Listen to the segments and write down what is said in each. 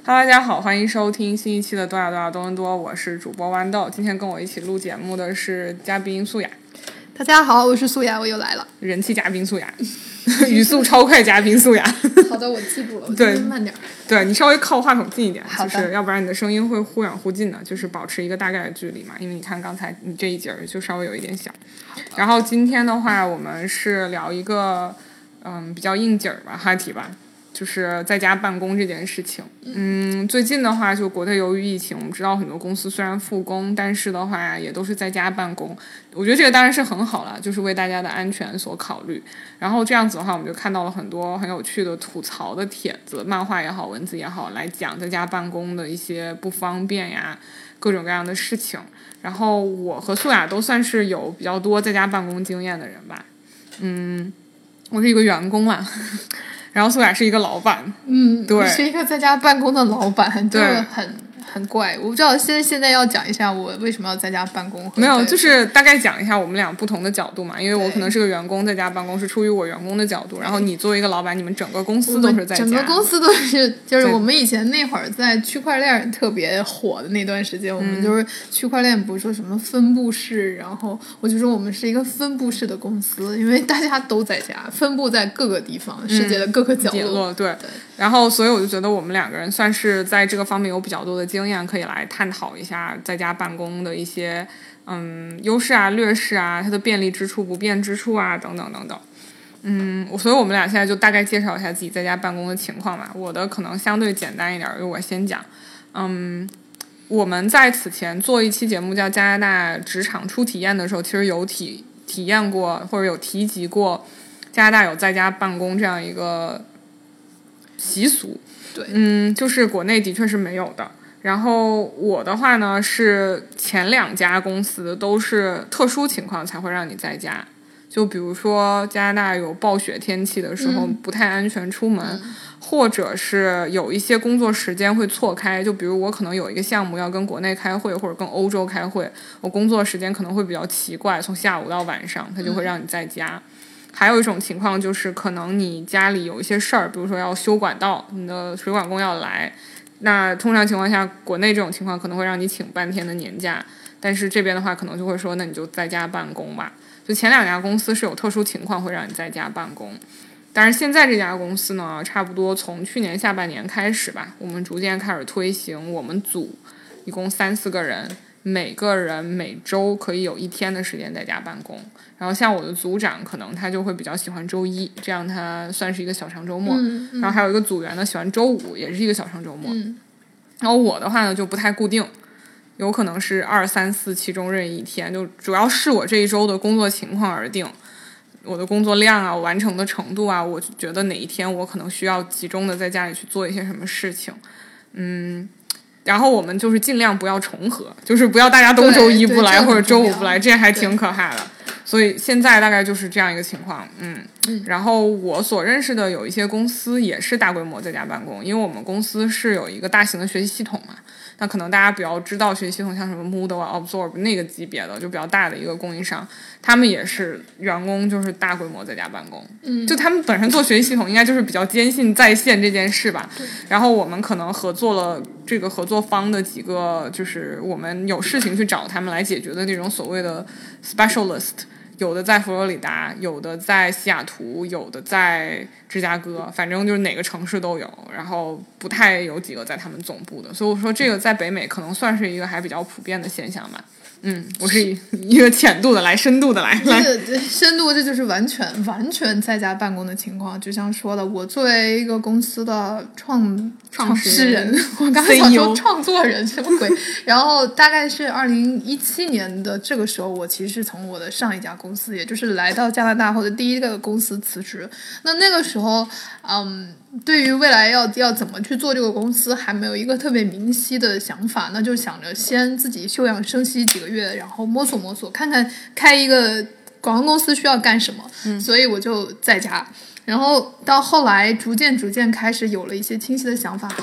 大家好，欢迎收听新一期的多雅多雅多伦多，我是主播豌豆。今天跟我一起录节目的是嘉宾素雅。 大家好，我是素雅，我又来了。 人气嘉宾素雅，语速超快嘉宾素雅。 好的，我记住了，我对， 慢点。 对，你稍微靠话筒近一点， 好的， 就是要不然你的声音会忽远忽近的，就是保持一个大概的距离嘛。因为你看刚才你这一节就稍微有一点小。然后今天的话，我们是聊一个比较应景吧话题吧。就是在家办公这件事情，最近的话，就国内由于疫情，我们知道很多公司虽然复工，但是的话也都是在家办公。我觉得这个当然是很好了，就是为大家的安全所考虑。然后这样子的话，我们就看到了很多很有趣的吐槽的帖子，漫画也好，文字也好，来讲在家办公的一些不方便呀，各种各样的事情。然后我和素雅都算是有比较多在家办公经验的人吧。我是一个员工啦。然后素雅是一个老板，对， 是一个在家办公的老板，就很怪。我不知道现在要讲一下我为什么要在家办公。 没有，就是大概讲一下我们俩不同的角度嘛。因为我可能是个员工，在家办公是出于我员工的角度，然后你作为一个老板，你们整个公司都是在家， 整个公司都是，就是我们以前那会儿在区块链特别火的那段时间，我们就是区块链不是说什么分布式，然后我就说我们是一个分布式的公司，因为大家都在家，分布在各个地方，世界的各个角落。 对。然后所以我就觉得我们两个人算是在这个方面有比较多的经验，可以来探讨一下在家办公的一些优势啊、劣势啊，它的便利之处、不便之处啊，等等等等。所以我们俩现在就大概介绍一下自己在家办公的情况吧。我的可能相对简单一点，就我先讲。我们在此前做一期节目叫《加拿大职场初体验》的时候，其实有体验过或者有提及过加拿大有在家办公这样一个习俗。 对， 就是国内的确是没有的。然后我的话呢，是前2家公司都是特殊情况才会让你在家，就比如说加拿大有暴雪天气的时候不太安全出门，或者是有一些工作时间会错开，就比如我可能有一个项目要跟国内开会或者跟欧洲开会，我工作时间可能会比较奇怪，从下午到晚上，它就会让你在家。还有一种情况就是可能你家里有一些事儿，比如说要修管道，你的水管工要来，那通常情况下国内这种情况可能会让你请半天的年假，但是这边的话可能就会说那你就在家办公吧。就前2家公司是有特殊情况会让你在家办公，但是现在这家公司呢，差不多从去年下半年开始吧，我们逐渐开始推行，我们组一共3-4个人，每个人每周可以有1天的时间在家办公。然后像我的组长可能他就会比较喜欢周一，这样他算是一个小长周末。然后还有一个组员呢喜欢周五，也是一个小长周末。然后我的话呢就不太固定，有可能是2、3、4其中任意1天，就主要是我这一周的工作情况而定，我的工作量啊，我完成的程度啊，我觉得哪一天我可能需要集中的在家里去做一些什么事情。然后我们就是尽量不要重合，就是不要大家都周一不来或者周五不来，这还挺可怕的。所以现在大概就是这样一个情况。然后我所认识的有一些公司也是大规模在家办公，因为我们公司是有一个大型的学习系统嘛，那可能大家比较知道学习系统像什么 Moodle 啊 Absorb 那个级别的就比较大的一个供应商，他们也是员工就是大规模在家办公。就他们本身做学习系统应该就是比较坚信在线这件事吧。然后我们可能合作了这个合作方的几个，就是我们有事情去找他们来解决的那种所谓的 specialist，有的在佛罗里达，有的在西雅图，有的在芝加哥，反正就是哪个城市都有，然后不太有几个在他们总部的，所以我说这个在北美可能算是一个还比较普遍的现象吧。我是一个浅度的来，深度的来， 深度这就是完全在家办公的情况。就像说的，我作为一个公司的创始人，我刚才想说创作人什么鬼？然后大概是2017年的这个时候，我其实是从我的上一家公司，也就是来到加拿大后的第一个公司辞职。那个时候，对于未来要怎么去做这个公司还没有一个特别明晰的想法，那就想着先自己休养生息几个月，然后摸索看看开一个广告公司需要干什么。所以我就在家，然后到后来逐渐开始有了一些清晰的想法。好，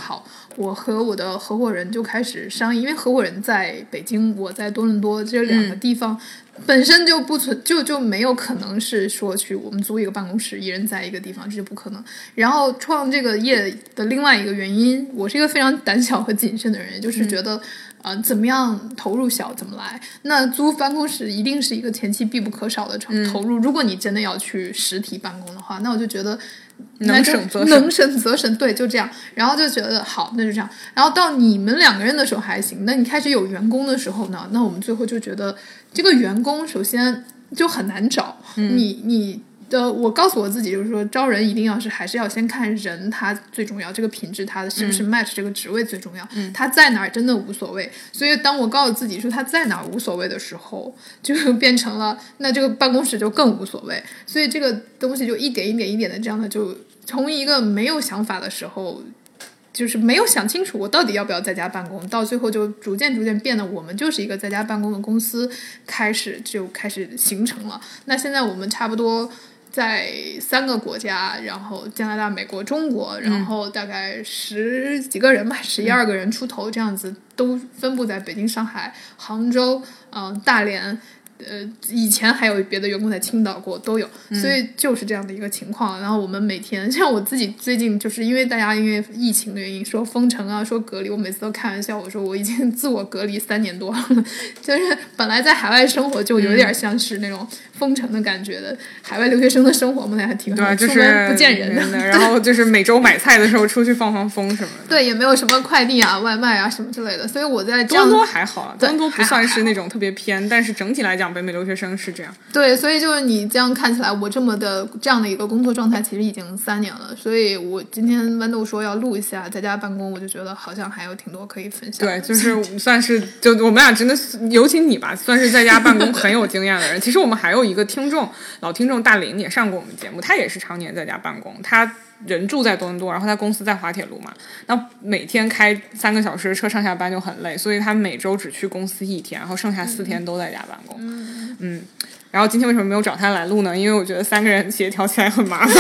我和我的合伙人就开始商议，因为合伙人在北京，我在多伦多，这两个地方本身就不就没有可能是说去我们租一个办公室，一人在一个地方，这就不可能。然后创这个业的另外一个原因，我是一个非常胆小和谨慎的人，就是觉得怎么样投入小怎么来。那租办公室一定是一个前期必不可少的投入，如果你真的要去实体办公的话，那我就觉得能省则省，对，就这样。然后就觉得好，那就这样。然后到你们2个人的时候还行，那你开始有员工的时候呢，那我们最后就觉得这个员工首先就很难找。我告诉我自己，就是说招人一定还是要先看人，他最重要，这个品质他是不是 match 这个职位最重要，他在哪儿真的无所谓。所以当我告诉自己说他在哪儿无所谓的时候，就变成了那这个办公室就更无所谓。所以这个东西就一点的这样的，就从一个没有想法的时候，就是没有想清楚我到底要不要在家办公，到最后就逐渐变得我们就是一个在家办公的公司，开始形成了。那现在我们差不多在3个国家，然后加拿大、美国、中国，然后大概10几个人吧，11-12个人出头这样子，都分布在北京、上海、杭州、大连。以前还有别的员工在青岛过都有，所以就是这样的一个情况。然后我们每天，像我自己最近就是因为大家因为疫情的原因说封城啊，说隔离，我每次都开玩笑，我说我已经自我隔离3年多了，就是本来在海外生活就有点像是那种封城的感觉的，海外留学生的生活我们还挺好， 对， 就是不见人的，然后就是每周买菜的时候出去放风什么的， 对，也没有什么快递啊、外卖啊什么之类的，所以我在这样多伦多还好啊，多伦多不算是那种特别偏，但是整体来讲，北美留学生是这样。 对，所以就是你这样看起来，我这样的一个工作状态，其实已经3年了。所以我今天豌豆说要录一下在家办公，我就觉得好像还有挺多可以分享的。 对，就是算是就我们俩真的，尤其你吧，算是在家办公很有经验的人。其实我们还有一个老听众大林也上过我们节目，他也是常年在家办公，他人住在多伦多，然后他公司在滑铁卢嘛，那每天开3个小时车上下班就很累，所以他每周只去公司1天，然后剩下4天都在家办公。然后今天为什么没有找他来录呢？因为我觉得3个人协调起来很麻烦。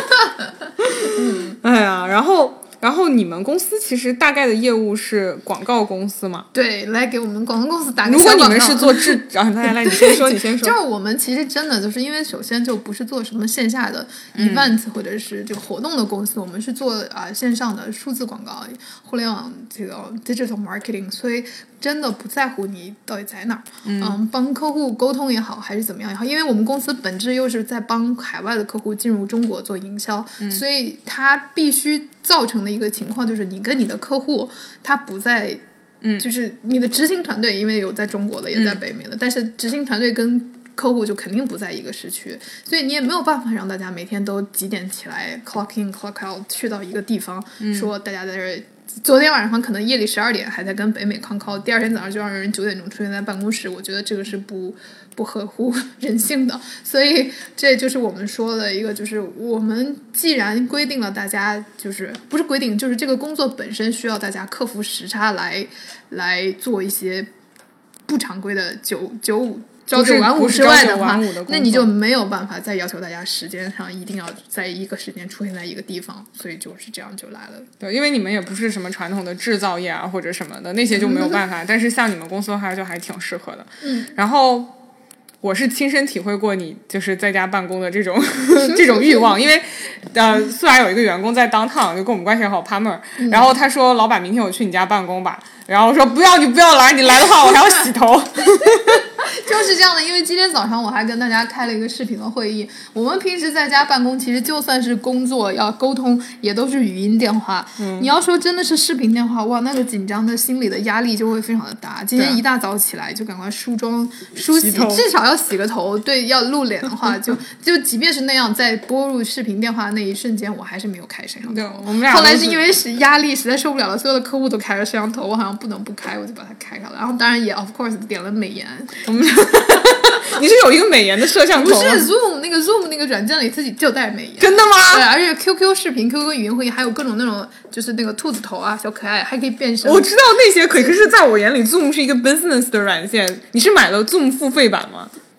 哎呀，然后你们公司其实大概的业务是广告公司嘛？ 对，来给我们广告公司打个小广告。 如果你们是做来，你先说。 就是我们其实真的就是因为首先就不是做什么线下的 event 或者是这个活动的公司，我们是做线上的数字广告、互联网这个 digital marketing， 所以真的不在乎你到底在哪儿，帮客户沟通也好，还是怎么样也好，因为我们公司本质又是在帮海外的客户进入中国做营销，所以它必须造成的一个情况就是你跟你的客户他不在就是你的执行团队，因为有在中国的也在北美的，但是执行团队跟客户就肯定不在一个时区，所以你也没有办法让大家每天都几点起来 clock in clock out 去到一个地方，说大家在这儿昨天晚上可能夜里12点还在跟北美抗call，第2天早上就让人9点钟出现在办公室，我觉得这个是不合乎人性的。所以这就是我们说的一个，就是我们既然规定了大家，就是不是规定，就是这个工作本身需要大家克服时差来做一些不常规的9朝9晚5之外的话，那你就没有办法再要求大家时间上一定要在一个时间出现在一个地方，所以就是这样就来了。 对，因为你们也不是什么传统的制造业啊或者什么的，那些就没有办法，但是像你们公司的话就还挺适合的。然后我是亲身体会过你就是在家办公的这种欲望，因为素来有一个员工在 downtown 就跟我们关系很好 Palmer，然后他说老板明天我去你家办公吧，然后我说不要，你不要来，你来的话我还要洗头。 就是这样的，因为今天早上我还跟大家开了一个视频的会议。我们平时在家办公，其实就算是工作要沟通，也都是语音电话。你要说真的是视频电话，哇，那个紧张的心理的压力就会非常的大。今天一大早起来就赶快梳妆梳洗，至少要洗个头。对，要露脸的话，就即便是那样，在拨入视频电话那一瞬间，我还是没有开摄像头。 我们俩后来是因为压力实在受不了了，所有的客户都开了摄像头，我好像不能不开，我就把它开开了。然后当然也 of course 点了美颜。 你是有一个美颜的摄像头吗？ 不是 Zoom 那个软件里自己就带美颜。 真的吗？ 对，而且 QQ 视频、QQ 语音会议还有各种那种就是那个兔子头啊、小可爱，还可以变身。 我知道那些可是在我眼里 Zoom 是一个 business 的软件。你是买了 Zoom 付费版吗？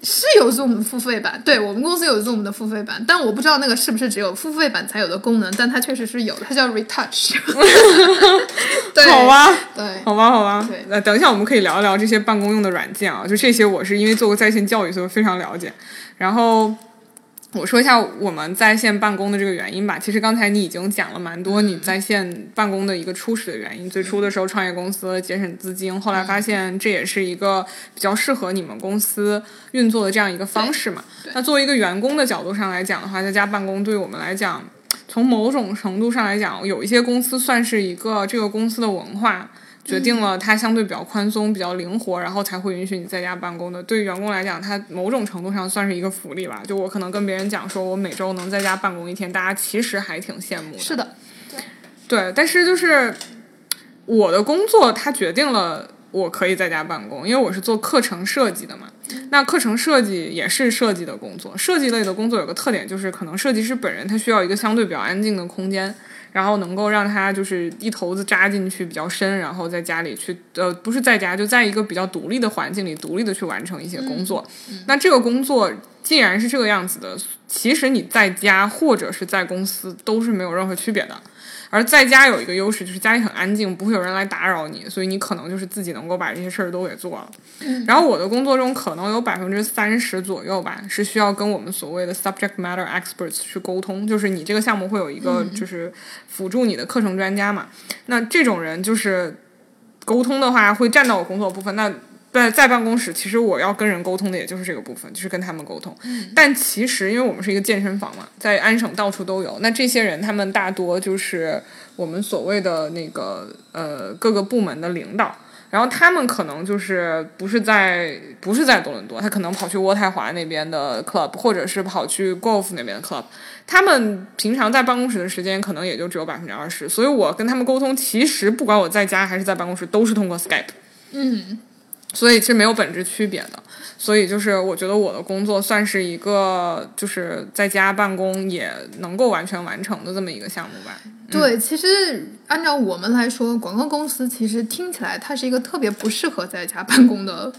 是有 Zoom 的付费版，对，我们公司有 Zoom 的付费版，但我不知道那个是不是只有付费版才有的功能，但它确实是有的，它叫 Retouch 对， 好吧， 对， 好吧，好吧。 对， 等一下我们可以聊一聊这些办公用的软件啊，就这些我是因为做过在线教育，所以我非常了解。然后我说一下我们在线办公的这个原因吧。其实刚才你已经讲了蛮多你在线办公的一个初始的原因。最初的时候创业公司节省资金，后来发现这也是一个比较适合你们公司运作的这样一个方式嘛。那作为一个员工的角度上来讲的话，在家办公对于我们来讲，从某种程度上来讲，有一些公司算是一个这个公司的文化决定了它相对比较宽松比较灵活，然后才会允许你在家办公的。对于员工来讲，它某种程度上算是一个福利吧。就我可能跟别人讲说我每周能在家办公一天，大家其实还挺羡慕的。 是的， 对，但是就是我的工作它决定了我可以在家办公，因为我是做课程设计的嘛。那课程设计也是设计的工作，设计类的工作有个特点，就是可能设计师本人他需要一个相对比较安静的空间，然后能够让他就是一头子扎进去比较深，然后在家里去不是在家，就在一个比较独立的环境里独立的去完成一些工作。那这个工作既然是这个样子的，其实你在家或者是在公司都是没有任何区别的。而在家有一个优势，就是家里很安静，不会有人来打扰你，所以你可能就是自己能够把这些事儿都给做了。然后我的工作中可能有30%左右吧，是需要跟我们所谓的 subject matter experts 去沟通，就是你这个项目会有一个就是辅助你的课程专家嘛。那这种人就是沟通的话会占到我工作部分，那在办公室其实我要跟人沟通的也就是这个部分，就是跟他们沟通。但其实因为我们是一个健身房嘛，在安省到处都有，那这些人他们大多就是我们所谓的那个各个部门的领导，然后他们可能就是不是在多伦多，他可能跑去渥太华那边的 club， 或者是跑去 golf 那边的 club， 他们平常在办公室的时间可能也就只有20%，所以我跟他们沟通其实不管我在家还是在办公室都是通过 Skype。所以是没有本质区别的。所以就是我觉得我的工作算是一个就是在家办公也能够完全完成的这么一个项目吧。 对，其实按照我们来说，广告公司其实听起来它是一个特别不适合在家办公的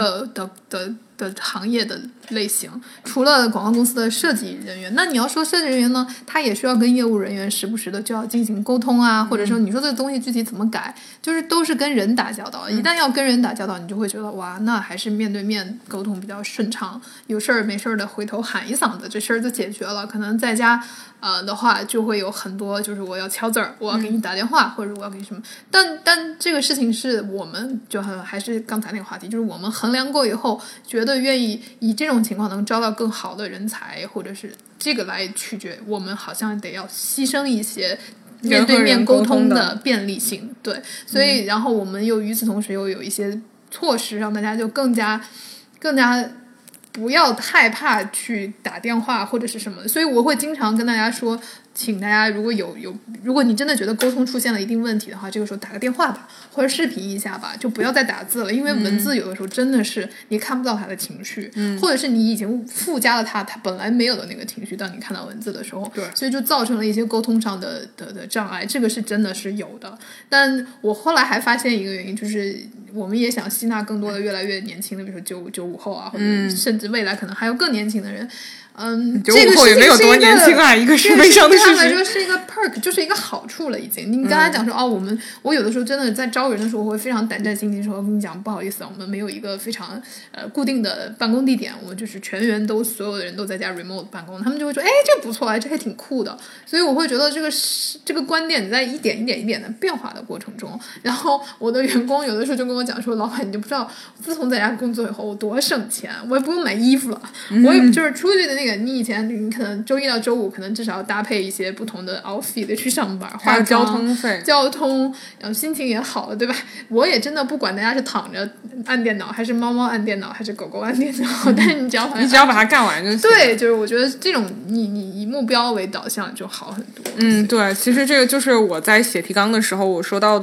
行业的类型。除了广告公司的设计人员，那你要说设计人员呢，他也需要跟业务人员时不时的就要进行沟通啊，或者说你说这个东西具体怎么改，就是都是跟人打交道。一旦要跟人打交道，你就会觉得哇，那还是面对面沟通比较顺畅，有事儿没事儿的回头喊一嗓子，这事儿就解决了。可能在家的话就会有很多，就是我要敲字儿，我要给你打电话，或者我要给你什么。但这个事情是我们就还是刚才那个话题，就是我们衡量过以后，觉得愿意以这种情况能招到更好的人才，或者是这个来取决，我们好像得要牺牲一些面对面沟通的便利性。对，所以然后我们又与此同时又有一些措施，让大家就更加不要害怕去打电话或者是什么。所以我会经常跟大家说，请大家如果你真的觉得沟通出现了一定问题的话，这个时候打个电话吧，或者视频一下吧，就不要再打字了，因为文字有的时候真的是你看不到他的情绪，或者是你已经附加了他本来没有的那个情绪，当你看到文字的时候， 对， 所以就造成了一些沟通上的障碍，这个是真的是有的。但我后来还发现一个原因，就是我们也想吸纳更多的越来越年轻的，比如说95后啊，或者甚至未来可能还有更年轻的人。 95后也没有多年轻啊，一个是悲伤的事情。 对他来说是一个 perk， 就是一个好处了已经。你跟他讲说我有的时候真的在招人的时候会非常胆战心惊，说我跟你讲不好意思啊，我们没有一个非常固定的办公地点，我们就是全员所有的人都在家 remote 办公，他们就会说这不错啊，这还挺酷的。所以我会觉得这个观点在一点一点的变化的过程中，然后我的员工有的时候就跟我讲说，老板你就不知道自从在家工作以后我多省钱，我也不用买衣服了，我也就是出去的那个你以前你可能周一到周五可能至少要搭配一些不同的 outfit 去上班， 还有交通费， 然后心情也好了，对吧？我也真的不管大家是躺着按电脑，还是猫猫按电脑，还是狗狗按电脑，但是你只要把它干完就行。 对，就是我觉得这种你以目标为导向就好很多。 对，其实这个就是我在写提纲的时候我说到的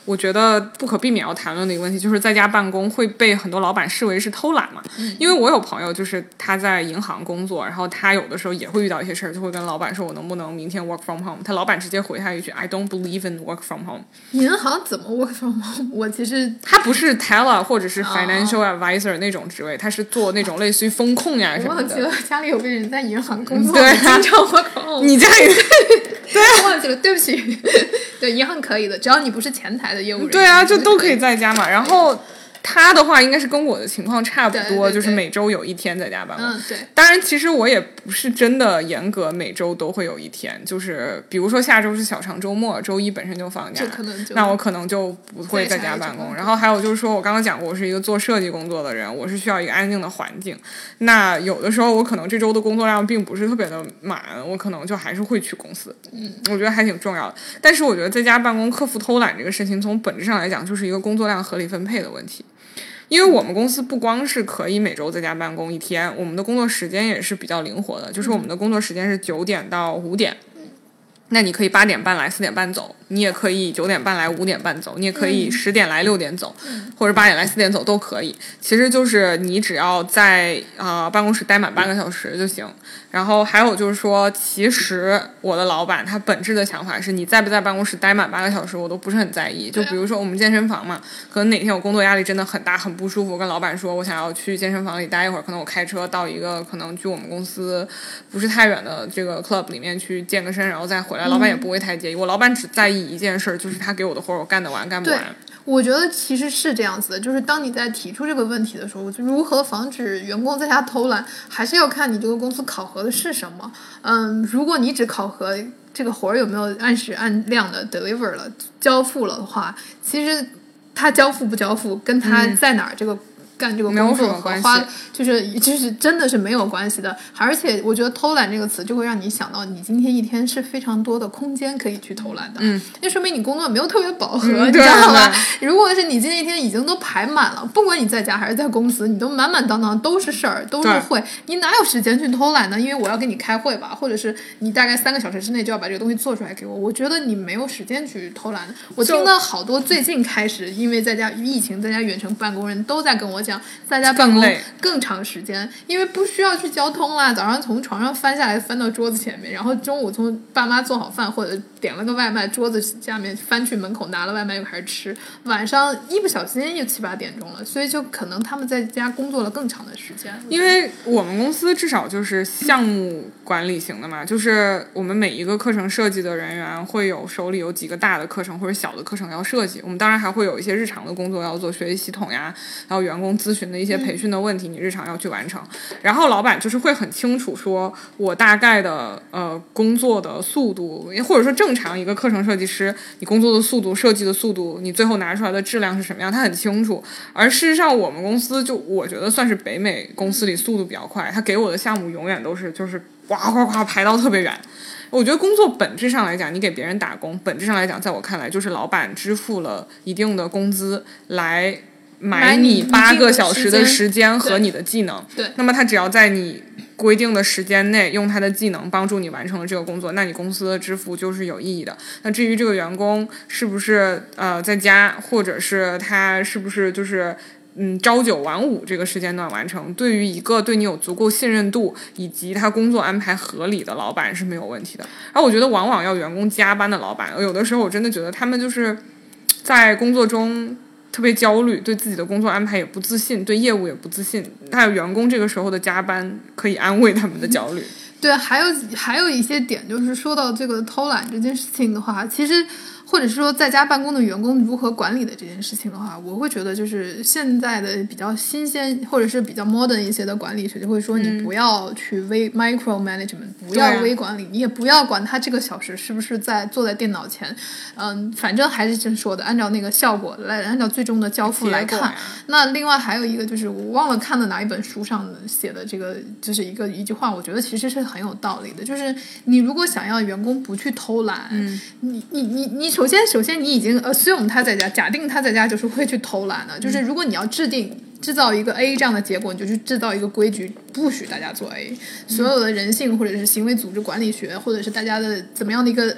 我觉得不可避免要谈论的一个问题，就是在家办公会被很多老板视为是偷懒嘛。因为我有朋友就是他在银行工作，然后他有的时候也会遇到一些事儿，就会跟老板说我能不能明天 work from home， 他老板直接回他一句 I don't believe in work from home。 银行怎么 work from home？ 我其实他不是 teller 或者是 financial advisor 那种职位，他是做那种类似于风控呀什么的。 我忘记了家里有个人在银行工作， 对啊， 经常 work from home。 你家里对，忘记了，对不起。对，银行可以的，只要你不是前台的业务人员。 对啊，就都可以在家嘛。然后他的话应该是跟我的情况差不多， 对对对， 就是每周有一天在家办公。 对。 当然，其实我也不是真的严格每周都会有一天，就是比如说下周是小长周末，周一本身就放假，那我可能就不会在家办公。然后还有就是说，我刚刚讲过，我是一个做设计工作的人，我是需要一个安静的环境。那有的时候我可能这周的工作量并不是特别的满，我可能就还是会去公司。我觉得还挺重要的。但是我觉得在家办公克服偷懒这个事情，从本质上来讲就是一个工作量合理分配的问题。因为我们公司不光是可以每周在家办公一天，我们的工作时间也是比较灵活的，就是我们的工作时间是9点到5点，那你可以8点半来4点半走，你也可以9点半来5点半走，你也可以10点来6点走，或者8点来4点走都可以。其实就是你只要在办公室待满8个小时就行。然后还有就是说，其实我的老板他本质的想法是，你在不在办公室待满8个小时我都不是很在意。就比如说我们健身房嘛，可能哪天我工作压力真的很大很不舒服，我跟老板说我想要去健身房里待一会儿，可能我开车到一个可能距我们公司不是太远的这个 club 里面去健个身，然后再回来，老板也不会太介意。我老板只在意一件事，就是他给我的活我干得完干不完。 我觉得其实是这样子的，就是当你在提出这个问题的时候，如何防止员工在家偷懒，还是要看你这个公司考核的是什么。如果你只考核这个活有没有按时按量的 deliver 了交付了的话，其实他交付不交付跟他在哪儿这个干这个工作和花就是真的是没有关系的。而且我觉得偷懒这个词就会让你想到，你今天一天是非常多的空间可以去偷懒的。那说明你工作没有特别饱和，你知道吧？如果是你今天一天已经都排满了，不管你在家还是在公司，你都满满当当都是事儿，都是会，你哪有时间去偷懒呢？因为我要跟你开会吧，或者是你大概3个小时之内就要把这个东西做出来给我，我觉得你没有时间去偷懒。我听到好多最近开始因为在家疫情在家远程办公人都在跟我讲，在家办公更长时间，因为不需要去交通啦，早上从床上翻下来翻到桌子前面，然后中午从爸妈做好饭或者点了个外卖，桌子下面翻去门口拿了外卖又开始吃，晚上一不小心就7、8点钟了，所以就可能他们在家工作了更长的时间。 因为我们公司至少就是项目管理型的嘛，就是我们每一个课程设计的人员会有手里有几个大的课程或者小的课程要设计，我们当然还会有一些日常的工作要做，学习系统呀，然后员工咨询的一些培训的问题，你日常要去完成。然后老板就是会很清楚说我大概的工作的速度，或者说正常一个课程设计师你工作的速度设计的速度你最后拿出来的质量是什么样，他很清楚。而事实上我们公司就我觉得算是北美公司里速度比较快，他给我的项目永远都是就是哗哗哗排到特别远。我觉得工作本质上来讲，你给别人打工本质上来讲，在我看来就是老板支付了一定的工资来买你8个小时的时间和你的技能。 对， 那么他只要在你规定的时间内用他的技能帮助你完成了这个工作，那你公司的支付就是有意义的。那至于这个员工是不是在家，或者是他是不是就是朝9晚5这个时间段完成，对于一个对你有足够信任度以及他工作安排合理的老板是没有问题的。而我觉得往往要员工加班的老板，有的时候我真的觉得他们就是在工作中特别焦虑，对自己的工作安排也不自信，对业务也不自信，还有员工这个时候的加班可以安慰他们的焦虑。 对，还有一些点，就是说到这个偷懒这件事情的话，其实或者是说在家办公的员工如何管理的这件事情的话，我会觉得就是现在的比较新鲜或者是比较 modern 一些的管理学就会说，你不要去micro management， 不要微管理，你也不要管他这个小时是不是坐在电脑前，反正还是真说的，按照那个效果来，按照最终的交付来看。那另外还有一个就是我忘了看了哪一本书上写的这个，就是一句话，我觉得其实是很有道理的，就是你如果想要员工不去偷懒，你首先你已经assume 他在家，假定他在家就是会去偷懒的，就是如果你要制造一个 A 这样的结果，你就去制造一个规矩，不许大家做 A。所有的人性或者是行为组织管理学，或者是大家的怎么样的一个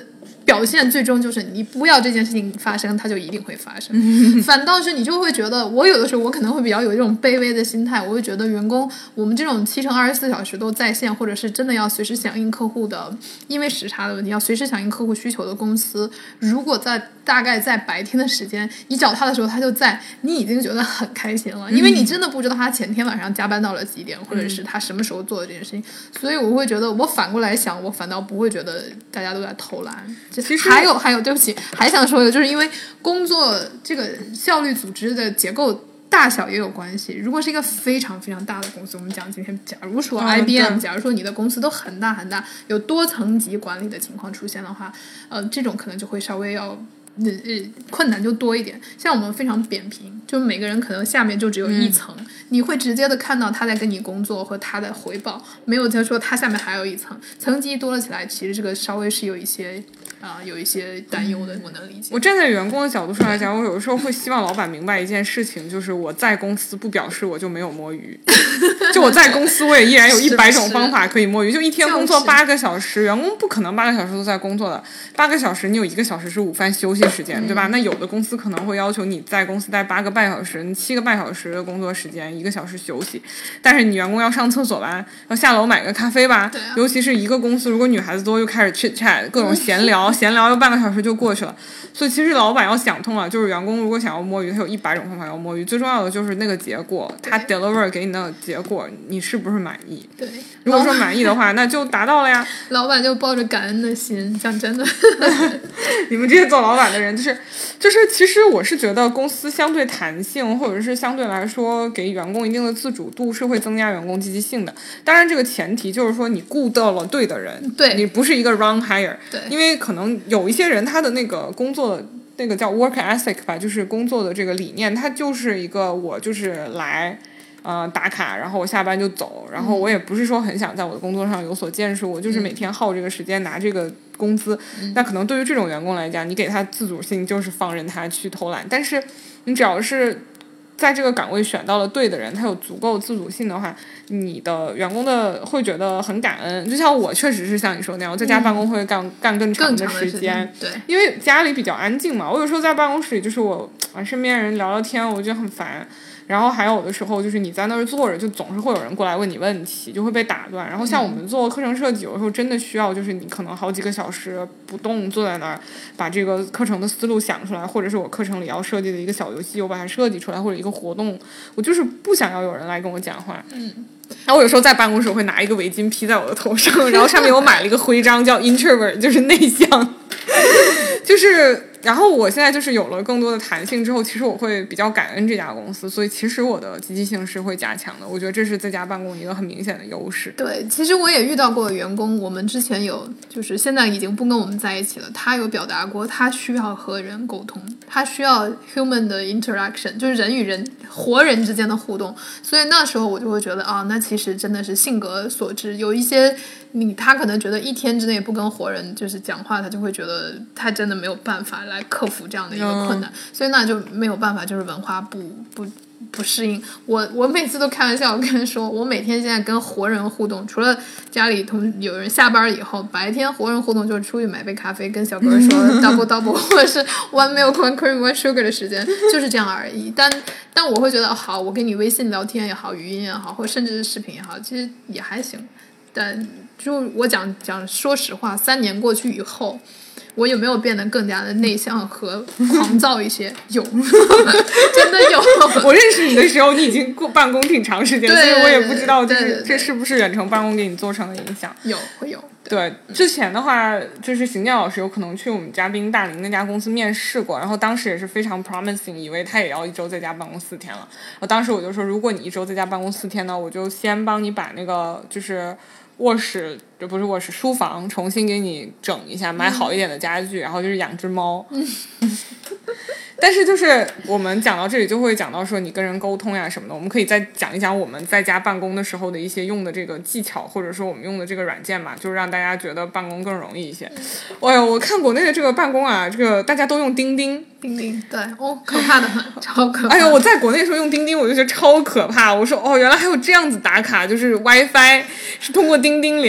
表现最终就是你不要这件事情发生，它就一定会发生。反倒是你就会觉得，我有的时候我可能会比较有一种卑微的心态，我会觉得员工我们这种7×24小时都在线，或者是真的要随时响应客户的，因为时差的问题要随时响应客户需求的公司，如果大概在白天的时间你找他的时候他就在，你已经觉得很开心了，因为你真的不知道他前天晚上加班到了几点，或者是他什么时候做的这件事情，所以我会觉得，我反过来想，我反倒不会觉得大家都在偷懒。 其实还有，对不起，还想说的就是因为工作这个效率组织的结构大小也有关系。如果是一个非常非常大的公司，我们讲今天，假如说 IBM，假如说你的公司都很大很大，有多层级管理的情况出现的话，这种可能就会稍微要。困难就多一点。像我们非常扁平，就每个人可能下面就只有一层，你会直接的看到他在跟你工作和他的回报，没有在说他下面还有一层，层级多了起来，其实这个稍微是有一些担忧的，我能理解。 我站在员工的角度上来讲，我有的时候会希望老板明白一件事情，就是我在公司不表示我就没有摸鱼，就我在公司我也依然有100种方法可以摸鱼。就一天工作8个小时，员工不可能8个小时都在工作的，8个小时你有1个小时是午饭休息时间，对吧？那有的公司可能会要求你在公司待8个半小时，你7个半小时的工作时间，1个小时休息。但是你员工要上厕所吧，要下楼买个咖啡吧，尤其是一个公司如果女孩子多，又开始 chit chat 各种闲聊又半个小时就过去了。所以其实老板要想通了，就是员工如果想要摸鱼，他有100种方法要摸鱼，最重要的就是那个结果，他 deliver 给你的结果你是不是满意。 对， 如果说满意的话那就达到了呀。 老板就抱着感恩的心，讲真的你们这些做老板的人就是其实我是觉得公司相对弹性，或者是相对来说给员工一定的自主度，是会增加员工积极性的。当然这个前提就是说你雇到了对的人， 对， 你不是一个 wrong hire。 对， 因为可能有一些人他的那个工作的那个叫 work ethic 吧，就是工作的这个理念，他就是一个我就是来打卡，然后我下班就走，然后我也不是说很想在我的工作上有所建树，我就是每天耗这个时间拿这个工资。那可能对于这种员工来讲，你给他自主性就是放任他去偷懒，但是你只要是在这个岗位选到了对的人，他有足够自主性的话，你的员工的会觉得很感恩。就像我确实是像你说那样，我在家办公会干更长的时间， 对， 因为家里比较安静嘛。我有时候在办公室里就是我身边人聊聊天，我觉得很烦。然后还有的时候就是你在那儿坐着，就总是会有人过来问你问题，就会被打断。然后像我们做课程设计，有时候真的需要就是你可能好几个小时不动坐在那儿，把这个课程的思路想出来，或者是我课程里要设计的一个小游戏我把它设计出来，或者一个活动，我就是不想要有人来跟我讲话。然后我有时候在办公室会拿一个围巾披在我的头上，然后上面我买了一个徽章叫 introvert， 就是内向。就是然后我现在就是有了更多的弹性之后，其实我会比较感恩这家公司，所以其实我的积极性是会加强的。我觉得这是在家办公一个很明显的优势。 对，其实我也遇到过员工，我们之前有就是现在已经不跟我们在一起了，他有表达过他需要和人沟通，他需要 human 的 interaction， 就是人与人活人之间的互动。所以那时候我就会觉得那其实真的是性格所致，有一些他可能觉得一天之内不跟活人就是讲话，他就会觉得他真的没有办法来克服这样的一个困难，所以那就没有办法，就是文化不适应。我每次都开玩笑，我跟人说，我每天现在跟活人互动，除了家里有人下班以后，白天活人互动就是出去买杯咖啡，跟小哥说double 或者是 one milk one cream one sugar 的时间，就是这样而已。但我会觉得好，我跟你微信聊天也好，语音也好，或甚至是视频也好，其实也还行。但就我讲说实话，3年过去以后，我有没有变得更加的内向和狂躁一些？有，真的有。 我认识你的时候，你已经办公挺长时间， 所以我也不知道这是不是远程办公给你做成的影响。 会有。 对，之前的话就是邢健老师有可能去我们嘉宾大林那家公司面试过，然后当时也是非常 promising， 以为他也要1周在家办公4天了。当时我就说，如果你1周在家办公4天呢，我就先帮你把那个就是卧室，这不是卧室，书房重新给你整一下，买好一点的家具，然后就是养只猫。但是就是我们讲到这里就会讲到说你跟人沟通呀什么的，我们可以再讲一讲我们在家办公的时候的一些用的这个技巧，或者说我们用的这个软件嘛，就是让大家觉得办公更容易一些。哎呦，我看国内的这个办公这个大家都用钉钉， 对，可怕的很，超可怕。 哎呦，我在国内的时候用钉钉，我就觉得超可怕。我说原来还有这样子打卡，就是 WiFi 是通过钉钉连接，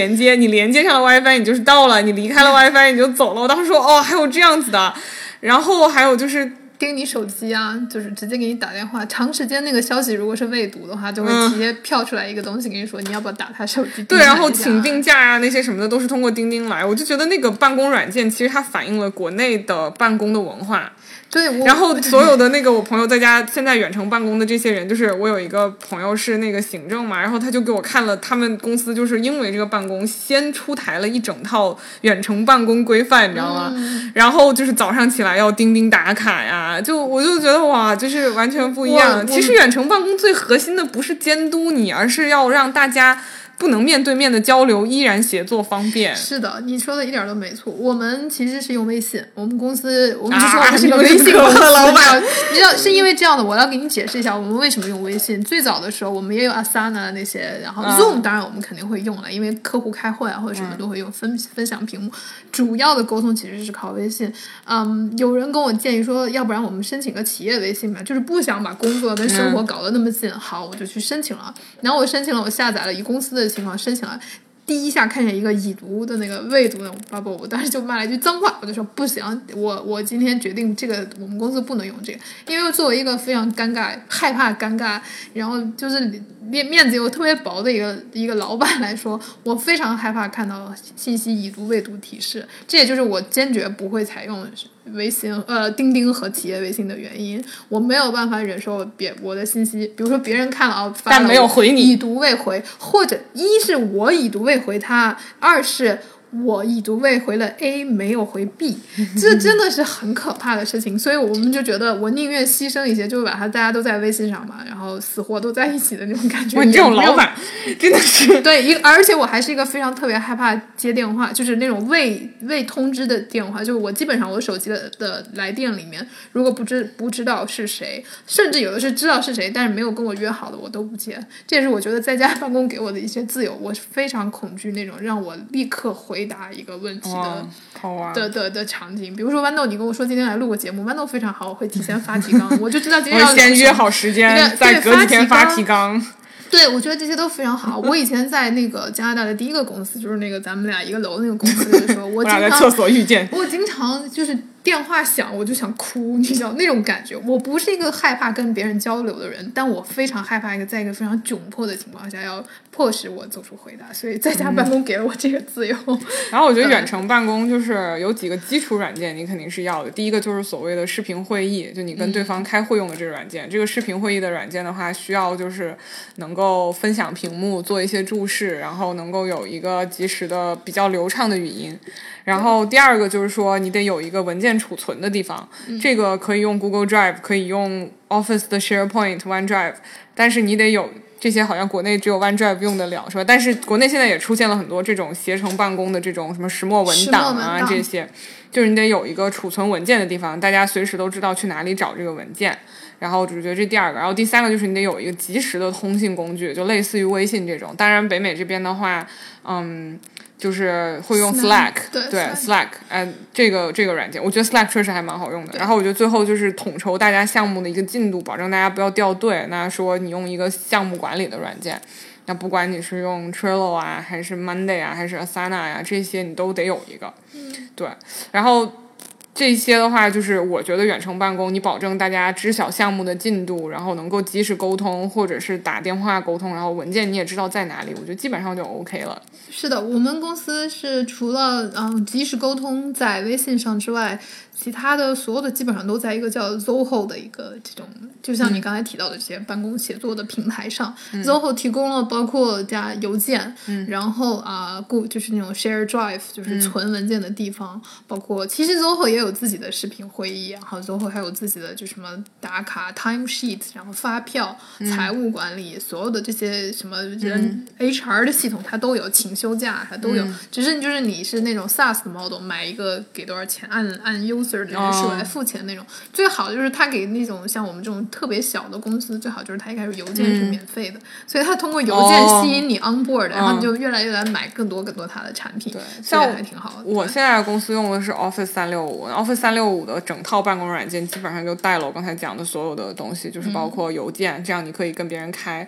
你连接上了 WiFi 你就是到了，你离开了 WiFi 你就走了。我当时说哦，还有这样子的。然后还有就是盯你手机啊，就是直接给你打电话，长时间那个消息如果是未读的话，就会直接跳出来一个东西跟你说你要不要打他手机。 对，然后请病假啊那些什么的都是通过钉钉来。我就觉得那个办公软件其实它反映了国内的办公的文化。 对， 然后所有的那个我朋友在家现在远程办公的这些人，就是我有一个朋友是那个行政嘛，然后他就给我看了他们公司就是因为这个办公先出台了一整套远程办公规范，你知道吗？然后就是早上起来要钉钉打卡呀，我就觉得哇，就是完全不一样。其实远程办公最核心的不是监督你，而是要让大家不能面对面的交流依然协作方便。 是的，你说的一点都没错。我们其实是用微信，我们公司我们就说我们是个微信公司的老板。你知道是因为这样的，我要给你解释一下我们为什么用微信。最早的时候我们也有 Asana 那些，然后 Zoom 当然我们肯定会用了，因为客户开会啊或者什么都会用分享屏幕。主要的沟通其实是靠微信。有人跟我建议说，要不然我们申请个企业微信吧，就是不想把工作跟生活搞得那么近。好，我就去申请了。然后我申请了，我下载了以公司的情况申请了。第一下看见一个已读的那个未读的 bubble， 我当时就骂了一句脏话，我就说不行，我今天决定这个我们公司不能用这个，因为作为一个非常尴尬、害怕尴尬，然后就是面子又特别薄的一个老板来说，我非常害怕看到信息已读未读提示，这也就是我坚决不会采用微信钉钉和企业微信的原因。我没有办法忍受我的信息，比如说别人看了啊， 但没有回你， 已读未回，或者一是我已读未回他，二是我已读未回了 A 没有回 B， 这真的是很可怕的事情。所以我们就觉得我宁愿牺牲一些，就把它大家都在微信上嘛，然后死活都在一起的那种感觉。 哇，你这种老板真的是对，而且我还是一个非常特别害怕接电话，就是那种未通知的电话，就是我基本上我手机的来电里面，如果不知道是谁，甚至有的是知道是谁，但是没有跟我约好的，我都不接。这也是我觉得在家办公给我的一些自由，我非常恐惧那种让我立刻回答一个问题的场景。比如说豌豆，你跟我说今天来录个节目，豌豆非常好，我会提前发提纲，我就知道今天要先约好时间，再隔几天发提纲。 对，我觉得这些都非常好。我以前在那个加拿大的第一个公司，就是那个咱们俩一个楼那个公司的时候，我俩在厕所遇见， 我经常就是电话响我就想哭，你知道那种感觉。我不是一个害怕跟别人交流的人，但我非常害怕在一个非常窘迫的情况下要迫使我做出回答，所以在家办公给了我这个自由。 然后我觉得远程办公就是有几个基础软件你肯定是要的。第一个就是所谓的视频会议，就你跟对方开会用的这个软件。这个视频会议的软件的话，需要就是能够分享屏幕，做一些注释，然后能够有一个及时的比较流畅的语音。然后第二个就是说你得有一个文件储存的地方，这个可以用 Google Drive， 可以用 Office 的 SharePoint OneDrive， 但是你得有这些，好像国内只有 OneDrive 用得了是吧？但是国内现在也出现了很多这种携程办公的这种什么石墨文档啊，这些就是你得有一个储存文件的地方，大家随时都知道去哪里找这个文件。然后我就觉得这第二个，然后第三个就是你得有一个及时的通信工具，就类似于微信这种。当然北美这边的话就是会用 Slack， 对 Slack， 这个软件，我觉得 Slack 确实还蛮好用的。然后我觉得最后就是统筹大家项目的一个进度，保证大家不要掉队。那说你用一个项目管理的软件，那不管你是用 Trello 啊，还是 Monday 啊，还是 Asana 呀，这些你都得有一个。对，然后这些的话就是我觉得远程办公你保证大家知晓项目的进度，然后能够及时沟通，或者是打电话沟通，然后文件你也知道在哪里，我觉得基本上就 OK 了。 是的，我们公司是除了及时沟通在微信上之外，其他的所有的基本上都在一个叫 Zoho 的一个这种，就像你刚才提到的这些办公协作的平台上，Zoho 提供了包括加邮件，然后就是那种 Share Drive， 就是存文件的地方，包括其实 Zoho 也有自己的视频会议，然后 Zoho 还有自己的就什么打卡 time sheet， 然后发票、财务管理，所有的这些什么人HR 的系统它都有，请休假它都有，只是就是你是那种 SaaS 的 model， 买一个给多少钱，按 user 的人数来付钱那种。最好就是他给那种像我们这种特别小的公司，最好就是他一开始邮件是免费的，所以他通过邮件吸引你 on board，然后你就越来越来买更多他的产品。对，像还挺好的。 我现在公司用的是 Office 365，Office 365的整套办公软件基本上就带了我刚才讲的所有的东西，就是包括邮件，这样你可以跟别人开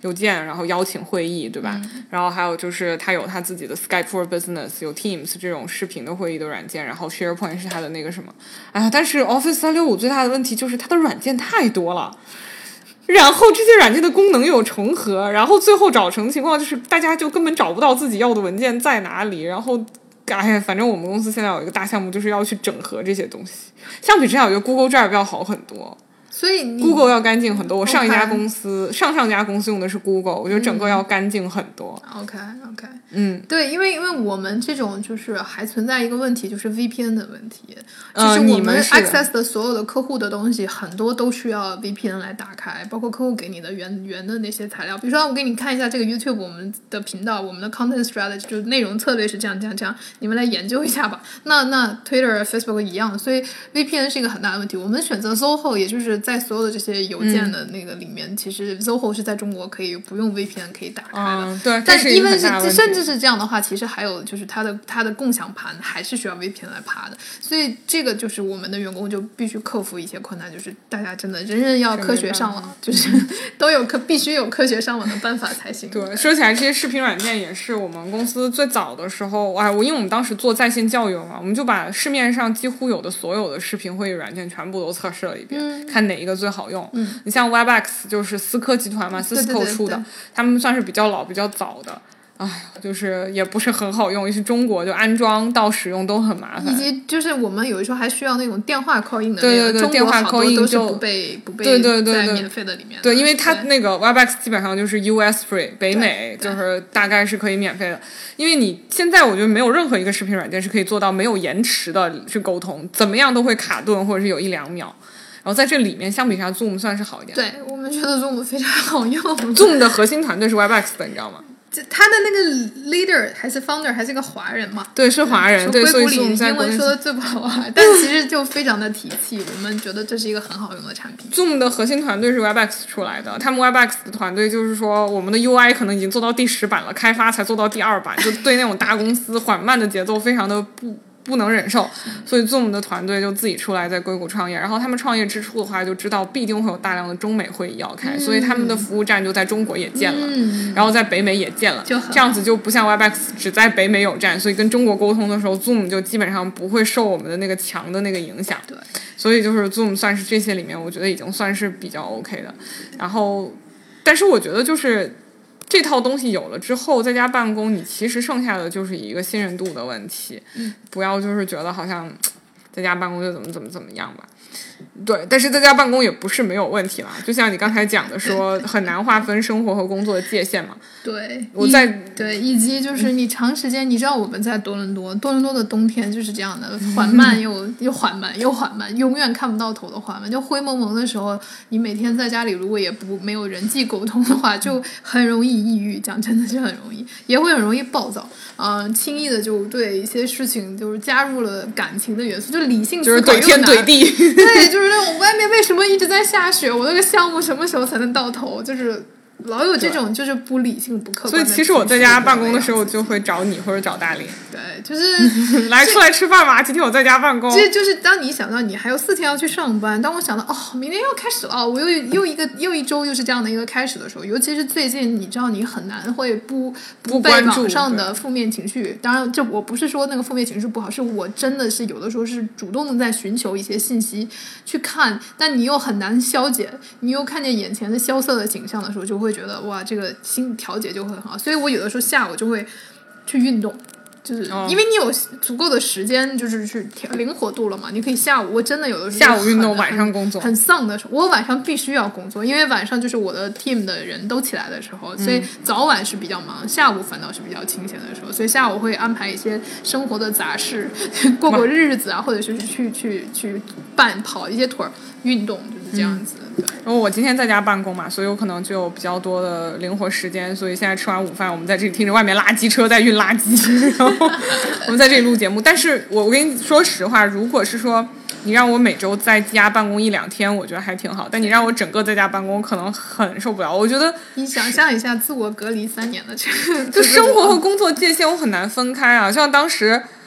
邮件，然后邀请会议，对吧？然后还有就是它有它自己的 Skype for Business， 有 Teams 这种视频的会议的软件，然后 SharePoint 是它的那个什么。哎呀，但是 Office 365最大的问题就是它的软件太多了。然后这些软件的功能又有重合，然后最后找成情况就是大家就根本找不到自己要的文件在哪里，然后哎，反正我们公司现在有一个大项目，就是要去整合这些东西。相比之下，我觉得 Google Drive 要好很多。 所以 Google 要干净很多。我上一家公司、上家公司用的是 Google， 我觉得整个要干净很多。 OK， 对，因为我们这种就是还存在一个问题，就是 VPN 的问题，就是我们 access 的所有的客户的东西，很多都需要 VPN 来打开，包括客户给你的原的那些材料。比如说，我给你看一下这个 YouTube 我们的频道，我们的 content strategy 就是内容策略是这样，你们来研究一下吧。那 Twitter、Facebook 一样，所以 VPN 是一个很大的问题。我们选择 Zoho， 也就是在所有的这些邮件的那个里面，其实 Zoho 是在中国可以不用 VPN 可以打开的。 对， 但因为甚至是这样的话，其实还有就是它的共享盘还是需要 VPN 来爬的，所以这个就是我们的员工就必须克服一些困难，就是大家真的人要科学上网，就是都必须有科学上网的办法才行。 对，说起来这些视频软件也是我们公司最早的时候，因为我们当时做在线教育嘛，我们就把市面上几乎有的所有的视频会议软件全部都测试了一遍，看哪一个最好用。你像 Webex 就是思科集团嘛，Cisco 出的，他们算是比较老比较早的。就是也不是很好用，尤其中国就安装到使用都很麻烦， 以及就是我们有的时候还需要那种电话 call in 的， 对，电话 call in 都是不被在免费的里面的。 对，因为它那个 Webex 基本上就是 US free， 北美就是大概是可以免费的。因为你现在我觉得没有任何一个视频软件是可以做到没有延迟的去沟通，怎么样都会卡顿或者是有1-2秒。然后在这里面相比下 Zoom 算是好一点。 对，我们觉得 Zoom 非常好用。 Zoom 的核心团队是 Webex 的，你知道吗？ 他的那个 leader 还是 founder 还是个华人嘛？ 对，是华人。对，所以 Zoom 英文说的最不好但其实就非常的提气。我们觉得这是一个很好用的产品。 Zoom 的核心团队是 Webex 出来的，他们 Webex 的团队就是说，我们的 UI 可能已经做到第10版了，开发才做到第2版，就对那种大公司缓慢的节奏非常的不能忍受，所以 Zoom 的团队就自己出来在硅谷创业。然后他们创业之初的话，就知道必定会有大量的中美会议要开，所以他们的服务站就在中国也建了，然后在北美也建了，这样子就不像 Webex 只在北美有站，所以跟中国沟通的时候 Zoom 就基本上不会受我们的那个强的那个影响。 对， 所以就是 Zoom 算是这些里面我觉得已经算是比较 OK 的。然后但是我觉得就是这套东西有了之后，在家办公，你其实剩下的就是一个信任度的问题。不要就是觉得好像在家办公就怎么样吧。对，但是在家办公也不是没有问题啦，就像你刚才讲的说，很难划分生活和工作的界限嘛。 对， 对， 以及就是你长时间，你知道我们在多伦多的冬天就是这样的，缓慢又缓慢，永远看不到头的缓慢，就灰蒙蒙的时候，你每天在家里如果没有人际沟通的话，就很容易抑郁，讲真的是很容易，也会很容易暴躁，轻易的就对一些事情就是加入了感情的元素，就理性思考就是怼天怼地， 对，就是那种外面为什么一直在下雪，我那个项目什么时候才能到头，就是老有这种就是不理性不客观的。 所以其实我在家办公的时候就会找你或者找大林， 对，就是来出来吃饭吧，今天我在家办公。 其实就是当你想到你还有4天要去上班，当我想到明天要开始了，我又一周又是这样的一个开始的时候，尤其是最近你知道你很难会不被网上的负面情绪，当然这我不是说那个负面情绪不好，是我真的是有的时候是主动的在寻求一些信息去看，但你又很难消解，你又看见眼前的萧瑟的景象的时候，就会觉得哇，这个心调节就会很好。所以我有的时候下午就会去运动，就是因为你有足够的时间，就是去灵活度了嘛。你可以下午，我真的有的时候下午运动，晚上工作， 很丧的时候，我晚上必须要工作，因为晚上就是我的 team 的人都起来的时候，所以早晚是比较忙，下午反倒是比较清闲的时候，所以下午会安排一些生活的杂事，过日子啊，或者是去跑一些腿儿，运动就是这样子。 然后我今天在家办公嘛，所以我可能就有比较多的灵活时间，所以现在吃完午饭，我们在这里听着外面垃圾车在运垃圾，然后我们在这里录节目。但是我跟你说实话，如果是说你让我每周在家办公1-2天，我觉得还挺好。但你让我整个在家办公，可能很受不了。我觉得你想象一下，自我隔离3年的就生活和工作界限我很难分开啊。像当时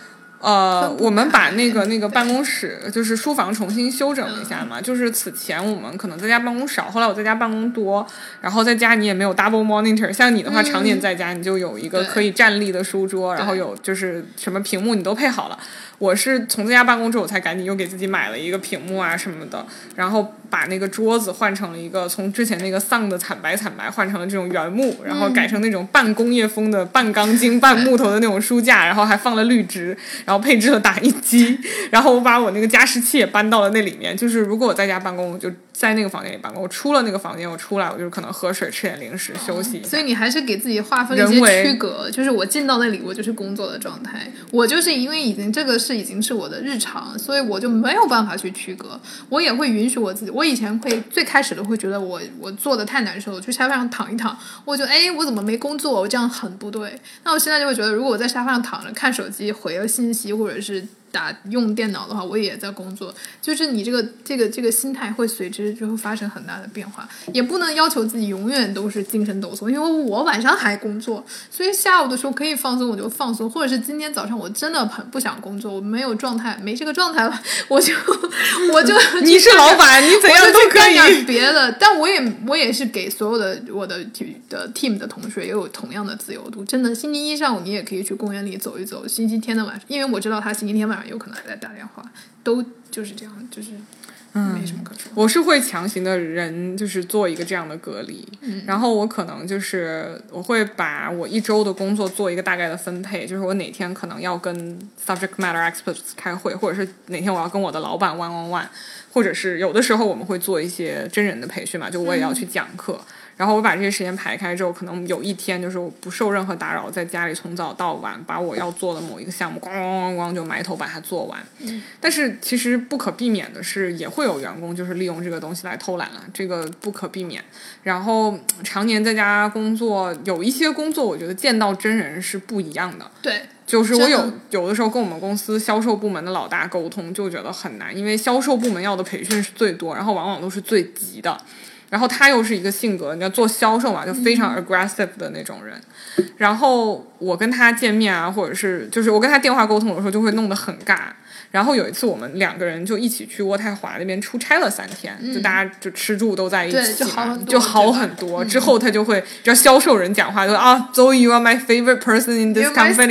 我们把那个办公室就是书房重新修整了一下嘛，就是此前我们可能在家办公少，后来我在家办公多，然后在家你也没有 double monitor， 像你的话常年在家你就有一个可以站立的书桌，然后有就是什么屏幕你都配好了。我是从在家办公之后我才赶紧又给自己买了一个屏幕啊什么的，然后把那个桌子换成了一个从之前那个丧的惨白换成了这种原木，然后改成那种半工业风的半钢筋半木头的那种书架，然后还放了绿植，然后配置了打印机，然后我把我那个加湿器也搬到了那里面。就是如果我在家办公我就在那个房间里办公，我出了那个房间我出来我就可能喝水吃点零食休息一下。 所以你还是给自己划分了一些区隔，就是我进到那里我就是工作的状态，我就是因为已经是我的日常，所以我就没有办法去区隔。我也会允许我自己，我以前最开始的会觉得我做的太难受，去沙发上躺一躺，我就我怎么没工作，我这样很不对。那我现在就会觉得，如果我在沙发上躺着看手机回了信息或者是用电脑的话，我也在工作。就是你这个心态会随之就会发生很大的变化，也不能要求自己永远都是精神抖擞，因为我晚上还工作，所以下午的时候可以放松我就放松，或者是今天早上我真的很不想工作，我没有状态，没这个状态了，我就你是老板，你怎样都可以干点别的。但我也是给所有的我的 team 的同学也有同样的自由度，真的星期一上午你也可以去公园里走一走，星期天的晚上，因为我知道他星期天晚上有可能还在打电话，都就是这样，就是没什么可说。 我是会强行的人就是做一个这样的隔离，然后我可能就是我会把我一周的工作做一个大概的分配，就是我哪天可能要跟 subject matter experts 开会，或者是哪天我要跟我的老板 one，或者是有的时候我们会做一些真人的培训嘛，就我也要去讲课。然后我把这些时间排开之后，可能有一天就是我不受任何打扰，在家里从早到晚把我要做的某一个项目咣咣咣就埋头把它做完。但是其实不可避免的是，也会有员工就是利用这个东西来偷懒了，这个不可避免。然后常年在家工作，有一些工作我觉得见到真人是不一样的。 对， 就是我有的时候跟我们公司销售部门的老大沟通就觉得很难，因为销售部门要的培训是最多，然后往往都是最急的。然后他又是一个性格，你要做销售嘛，就非常 aggressive 的那种人。然后我跟他见面啊，或者是就是我跟他电话沟通的时候，就会弄得很尬。然后有一次我们2个人就一起去渥太华那边出差了3天，就大家就吃住都在一起嘛，就好很多。之后他就会只要销售人讲话就Zoe you are my favorite person in this company，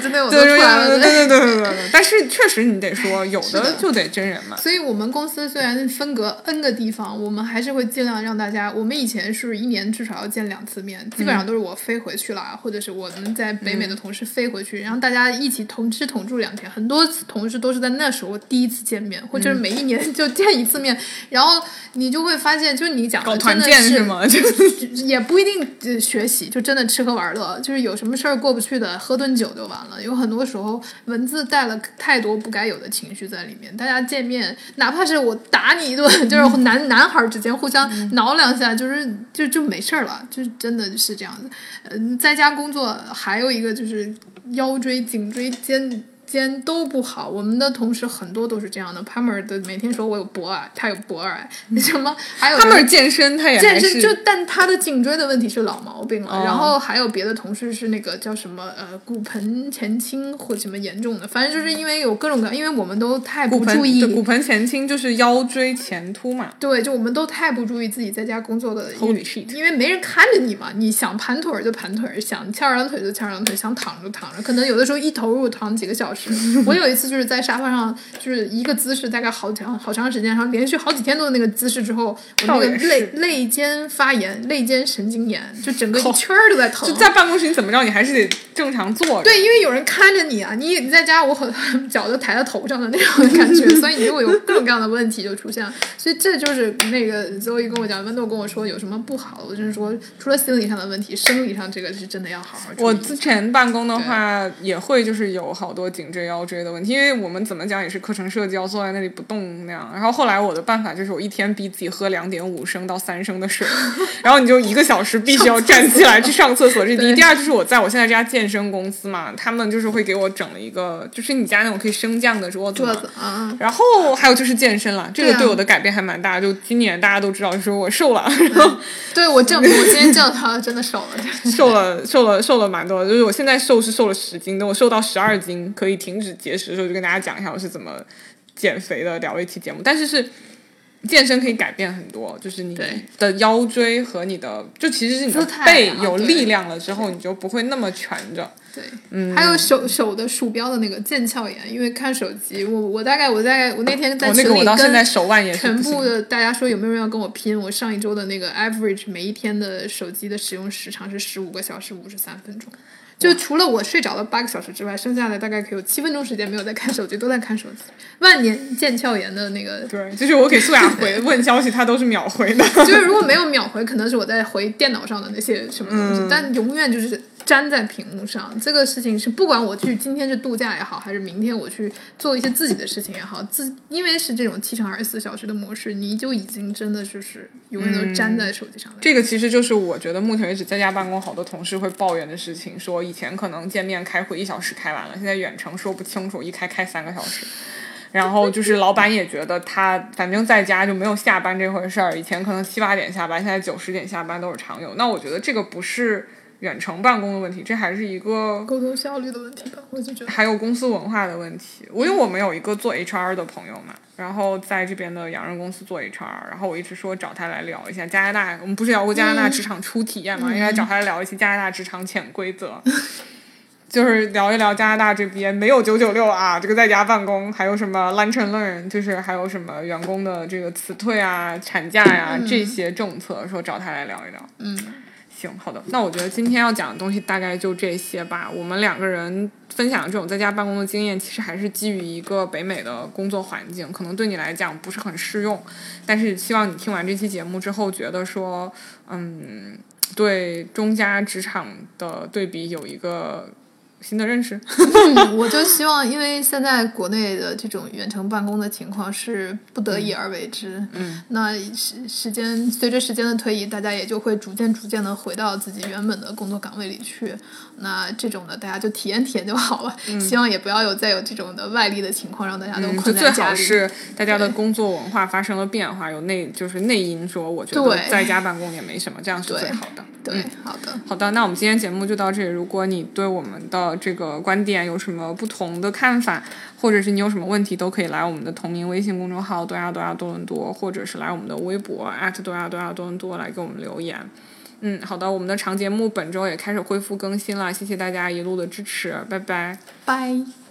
对。但是确实你得说有的就得真人嘛。 所以我们公司虽然分隔 N 个地方，我们还是会尽量让大家，我们以前是1年至少要见2次面，基本上都是我飞回去了，或者是我们在北美的同事飞回去，然后大家一起同吃同住2天，很多同事都是在那时候第一次见面，或者是每1年就见1次面，然后你就会发现，就是你讲的真的是吗？ 也不一定学习，就真的吃喝玩乐，就是有什么事儿过不去的，喝顿酒就完了。有很多时候文字带了太多不该有的情绪在里面，大家见面，哪怕是我打你一顿，就是男孩之间互相挠2下，就没事了，就真的是这样子。在家工作还有一个就是腰椎、颈椎、肩都不好，我们的同事很多都是这样的。Palmer 的每天说我有脖癌，他有脖癌，什么还有 Palmer 健身，他也健身但他的颈椎的问题是老毛病了。然后还有别的同事是那个叫什么骨盆前倾或什么严重的，反正就是因为有各种各样，因为我们都太不注意骨盆前倾就是腰椎前凸嘛。 对，就我们都太不注意自己在家工作的 Holy shit， 因为没人看着你嘛，你想盘腿就盘腿，想翘2腿就翘2腿，想躺就躺着，可能有的时候一投入躺几个小时。我有一次就是在沙发上，就是一个姿势大概好长时间，然后连续好几天都是那个姿势之后，我那个肋间发炎、肋间神经炎，就整个一圈都在疼。 就在办公室你怎么着，你还是得正常坐着。 对，因为有人看着你啊，你在家我脚就抬在头上的那种感觉，所以你就会有各种各样的问题就出现。所以这就是那个Zoe跟我讲，温豆跟我说有什么不好，我就是说除了心理上的问题，生理上这个是真的要好好注意。 我之前办公的话也会就是有好多颈椎腰椎的问题，因为我们怎么讲也是课程设计，要坐在那里不动那样。然后后来我的办法就是我一天逼自己喝2.5升到3升的水，然后你就1个小时必须要站起来去上厕所，这第一。第二就是我在我现在这家健身公司嘛，他们就是会给我整了一个就是你家那种可以升降的桌子嘛，然后还有就是健身了，这个对我的改变还蛮大。就今年大家都知道就是我瘦了， 对，我今天见到他真的瘦了瘦了蛮多的，就是我现在瘦是瘦了10斤的，我瘦到12斤可以以停止节食的时候，就跟大家讲一下我是怎么减肥的，聊了一期节目。但是健身可以改变很多，就是你的腰椎和你的，就其实是你的背有力量了之后，你就不会那么蜷着。 对，还有手的鼠标的那个腱鞘炎，因为看手机，我那天在群里我到现在手腕也是全部的大家说有没有人要跟我拼，我上一周的那个 average 每一天的手机的使用时长是15个小时53分钟。就除了我睡着了8个小时之外，剩下的大概可以有7分钟时间没有在看手机，都在看手机。万年腱鞘炎的那个， 对，就是我给素雅问消息，他都是秒回的。 就是如果没有秒回，可能是我在回电脑上的那些什么东西，但永远就是粘在屏幕上。这个事情是不管我去今天是度假也好，还是明天我去做一些自己的事情也好，因为是这种7乘24小时的模式，你就已经真的就是永远都粘在手机上了。 这个其实就是我觉得目前为止在家办公好多同事会抱怨的事情，说以前可能见面开会1小时开完了，现在远程说不清楚，一开3个小时。然后就是老板也觉得他反正在家就没有下班这回事儿，以前可能7、8点下班，现在9、10点下班都是常有。那我觉得这个不是远程办公的问题，这还是一个沟通效率的问题吧，我就觉得还有公司文化的问题。因为我们有一个做 HR 的朋友嘛，然后在这边的洋人公司做 HR， 然后我一直说找他来聊一下加拿大，我们不是聊过加拿大职场初体验嘛，应该找他来聊一些加拿大职场潜规则。就是聊一聊加拿大这边没有996啊，这个在家办公，还有什么 lunch and learn， 就是还有什么员工的这个辞退啊、产假呀、这些政策，说找他来聊一聊。行，好的，那我觉得今天要讲的东西大概就这些吧。我们2个人分享这种在家办公的经验，其实还是基于一个北美的工作环境，可能对你来讲不是很适用，但是希望你听完这期节目之后，觉得说，对中加职场的对比有一个新的认识。 我就希望，因为现在国内的这种远程办公的情况是不得已而为之，那随着时间的推移，大家也就会逐渐的回到自己原本的工作岗位里去。那这种的大家就体验体验就好了，希望也不要再有这种的外力的情况，让大家都困在家里。 最好是大家的工作文化发生了变化，有就是内因说，我觉得在家办公也没什么，这样是最好的。 对， 好的，那我们今天节目就到这里。如果你对我们的这个观点有什么不同的看法，或者是你有什么问题，都可以来我们的同名微信公众号多伦多，或者是来我们的微博多伦多来给我们留言。好的，我们的长节目本周也开始恢复更新了，谢谢大家一路的支持，拜拜。 拜。